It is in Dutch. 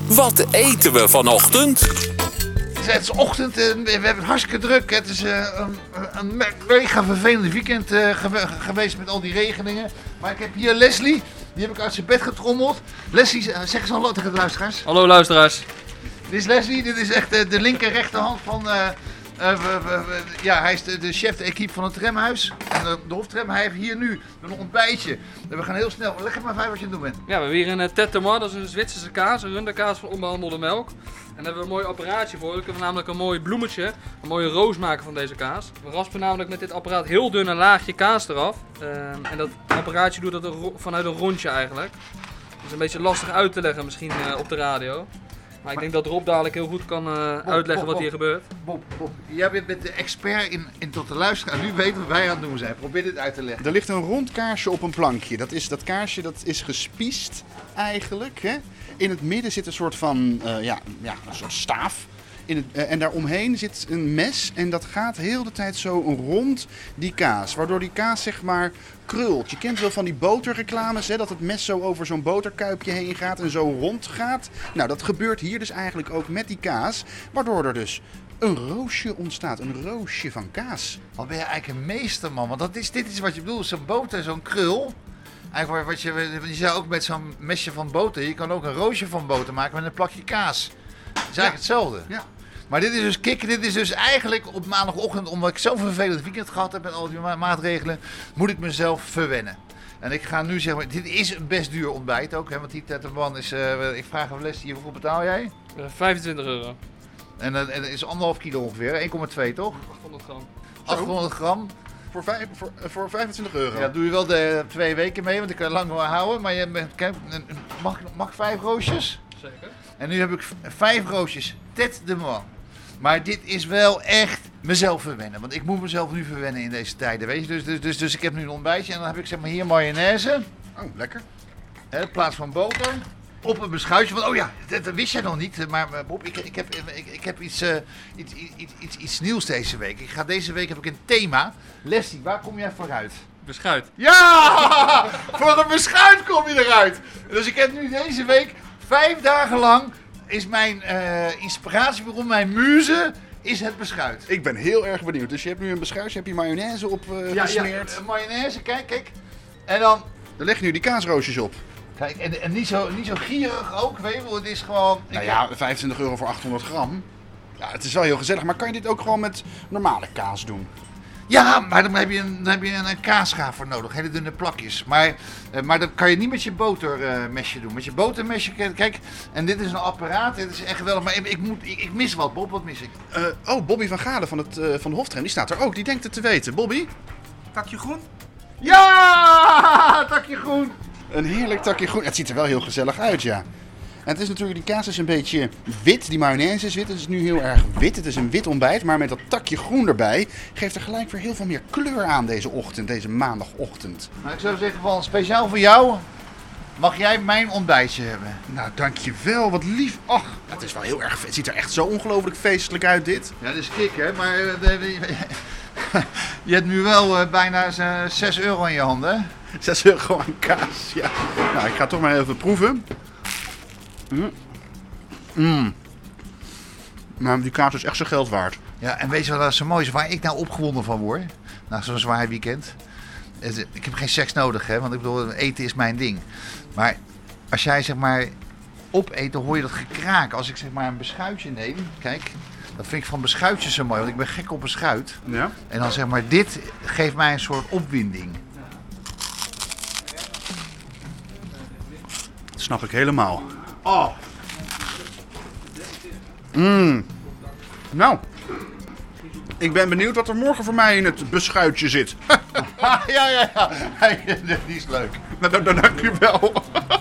Wat eten we vanochtend? Het is ochtend en we hebben het hartstikke druk. Het is een mega vervelend weekend geweest met al die regelingen. Maar ik heb hier Leslie, die heb ik uit zijn bed getrommeld. Leslie, zeg eens hallo tegen de luisteraars. Hallo luisteraars. Dit is Leslie, dit is echt de linker rechterhand van... hij is de chef de equipe van het tramhuis. En de hoofdtram, hij heeft hier nu een ontbijtje. We gaan heel snel. Leg het maar wat je aan het doen bent. Ja, we hebben hier een tête de moine, dat is een Zwitserse kaas, een rundakaas van onbehandelde melk. En daar hebben we een mooi apparaatje voor. Dan kunnen we namelijk een mooi bloemetje, een mooie roos maken van deze kaas. We raspen namelijk met dit apparaat heel dun een laagje kaas eraf. En dat apparaatje doet dat vanuit een rondje eigenlijk. Dat is een beetje lastig uit te leggen misschien op de radio. Maar ik denk dat Rob dadelijk heel goed kan uitleggen wat hier gebeurt. Bob, jij bent de expert in tot de luisteraar. Nu weten wat wij aan het doen zijn. Probeer dit uit te leggen. Er ligt een rond kaarsje op een plankje. Dat kaarsje is gespiesd eigenlijk. Hè? In het midden zit een soort van een soort staaf. En daaromheen zit een mes en dat gaat heel de tijd zo rond die kaas. Waardoor die kaas zeg maar krult. Je kent wel van die boterreclames, hè, dat het mes zo over zo'n boterkuipje heen gaat en zo rond gaat. Nou, dat gebeurt hier dus eigenlijk ook met die kaas. Waardoor er dus een roosje ontstaat. Een roosje van kaas. Wat ben je eigenlijk een meesterman? Want dit is wat je bedoelt. Zo'n boter, zo'n krul. Eigenlijk wat je zou ook met zo'n mesje van boter. Je kan ook een roosje van boter maken met een plakje kaas. Dat is eigenlijk hetzelfde. Ja. Maar dit is dus kicken. Dit is dus eigenlijk op maandagochtend, omdat ik zo'n vervelend weekend gehad heb met al die maatregelen, moet ik mezelf verwennen. En ik ga nu zeggen, dit is een best duur ontbijt ook, hè, want die tetterman is, ik vraag aan Leslie, hoeveel betaal jij? 25 euro. En dat is 1,5 kilo ongeveer, 1,2 toch? 800 gram. 800 gram. Voor 25 euro. Ja, doe je wel de 2 weken mee, want ik kan je lang wel houden. Maar mag 5 roosjes? Zeker. En nu heb ik 5 roosjes tête de moine. Maar dit is wel echt mezelf verwennen. Want ik moet mezelf nu verwennen in deze tijden, weet je. Dus ik heb nu een ontbijtje en dan heb ik zeg maar hier mayonaise. Oh, lekker. In plaats van boter. Op een beschuitje. Want, oh ja, dat wist jij nog niet. Maar Bob, ik heb iets nieuws deze week. Deze week heb ik een thema. Leslie, waar kom jij vooruit? Beschuit. Ja! Voor een beschuit kom je eruit. Dus ik heb nu deze week 5 dagen lang is mijn inspiratiebron, mijn muze, is het beschuit. Ik ben heel erg benieuwd. Dus je hebt nu een beschuitje, heb je mayonaise op gesmeerd. Ja, mayonaise, kijk. En dan... Er leggen nu die kaasroosjes op. Kijk, en niet zo gierig ook, weet je wel. Het is gewoon... 25 euro voor 800 gram. Ja, het is wel heel gezellig. Maar kan je dit ook gewoon met normale kaas doen? Ja, maar dan heb je een kaasschaaf voor nodig. Hele dunne plakjes. Maar dat kan je niet met je botermesje doen. Met je botermesje, kijk. En dit is een apparaat. Dit is echt geweldig. Maar ik mis wat, Bob. Wat mis ik? Bobby van Galen van de Hoftram. Die staat er ook. Die denkt het te weten. Bobby? Takje groen? Ja! Takje groen! Een heerlijk takje groen. Het ziet er wel heel gezellig uit, ja. En het is natuurlijk, die kaas is een beetje wit. Die mayonaise is wit. Het is nu heel erg wit. Het is een wit ontbijt. Maar met dat takje groen erbij geeft er gelijk weer heel veel meer kleur aan deze ochtend. Deze maandagochtend. Nou, ik zou zeggen, van speciaal voor jou mag jij mijn ontbijtje hebben. Nou, dankjewel. Wat lief. Ach, het is wel heel erg. Het ziet er echt zo ongelooflijk feestelijk uit, dit. Ja, dat is kick, hè. Maar je hebt nu wel bijna 6 euro in je handen, hè? 6 euro aan kaas, ja. Nou, ik ga toch maar even proeven. Maar die kaas is echt zijn geld waard. Ja, en weet je wat zo mooi is? Waar ik nou opgewonden van word, na zo'n zwaar weekend. Ik heb geen seks nodig, hè, want ik bedoel, eten is mijn ding. Maar als jij zeg maar opeet, dan hoor je dat gekraak. Als ik zeg maar een beschuitje neem, kijk, dat vind ik van beschuitjes zo mooi, want ik ben gek op beschuit. Ja? En dan zeg maar, dit geeft mij een soort opwinding. Dat snap ik helemaal. Oh, Nou, ik ben benieuwd wat er morgen voor mij in het beschuitje zit. ja. Die is leuk. Dank u wel.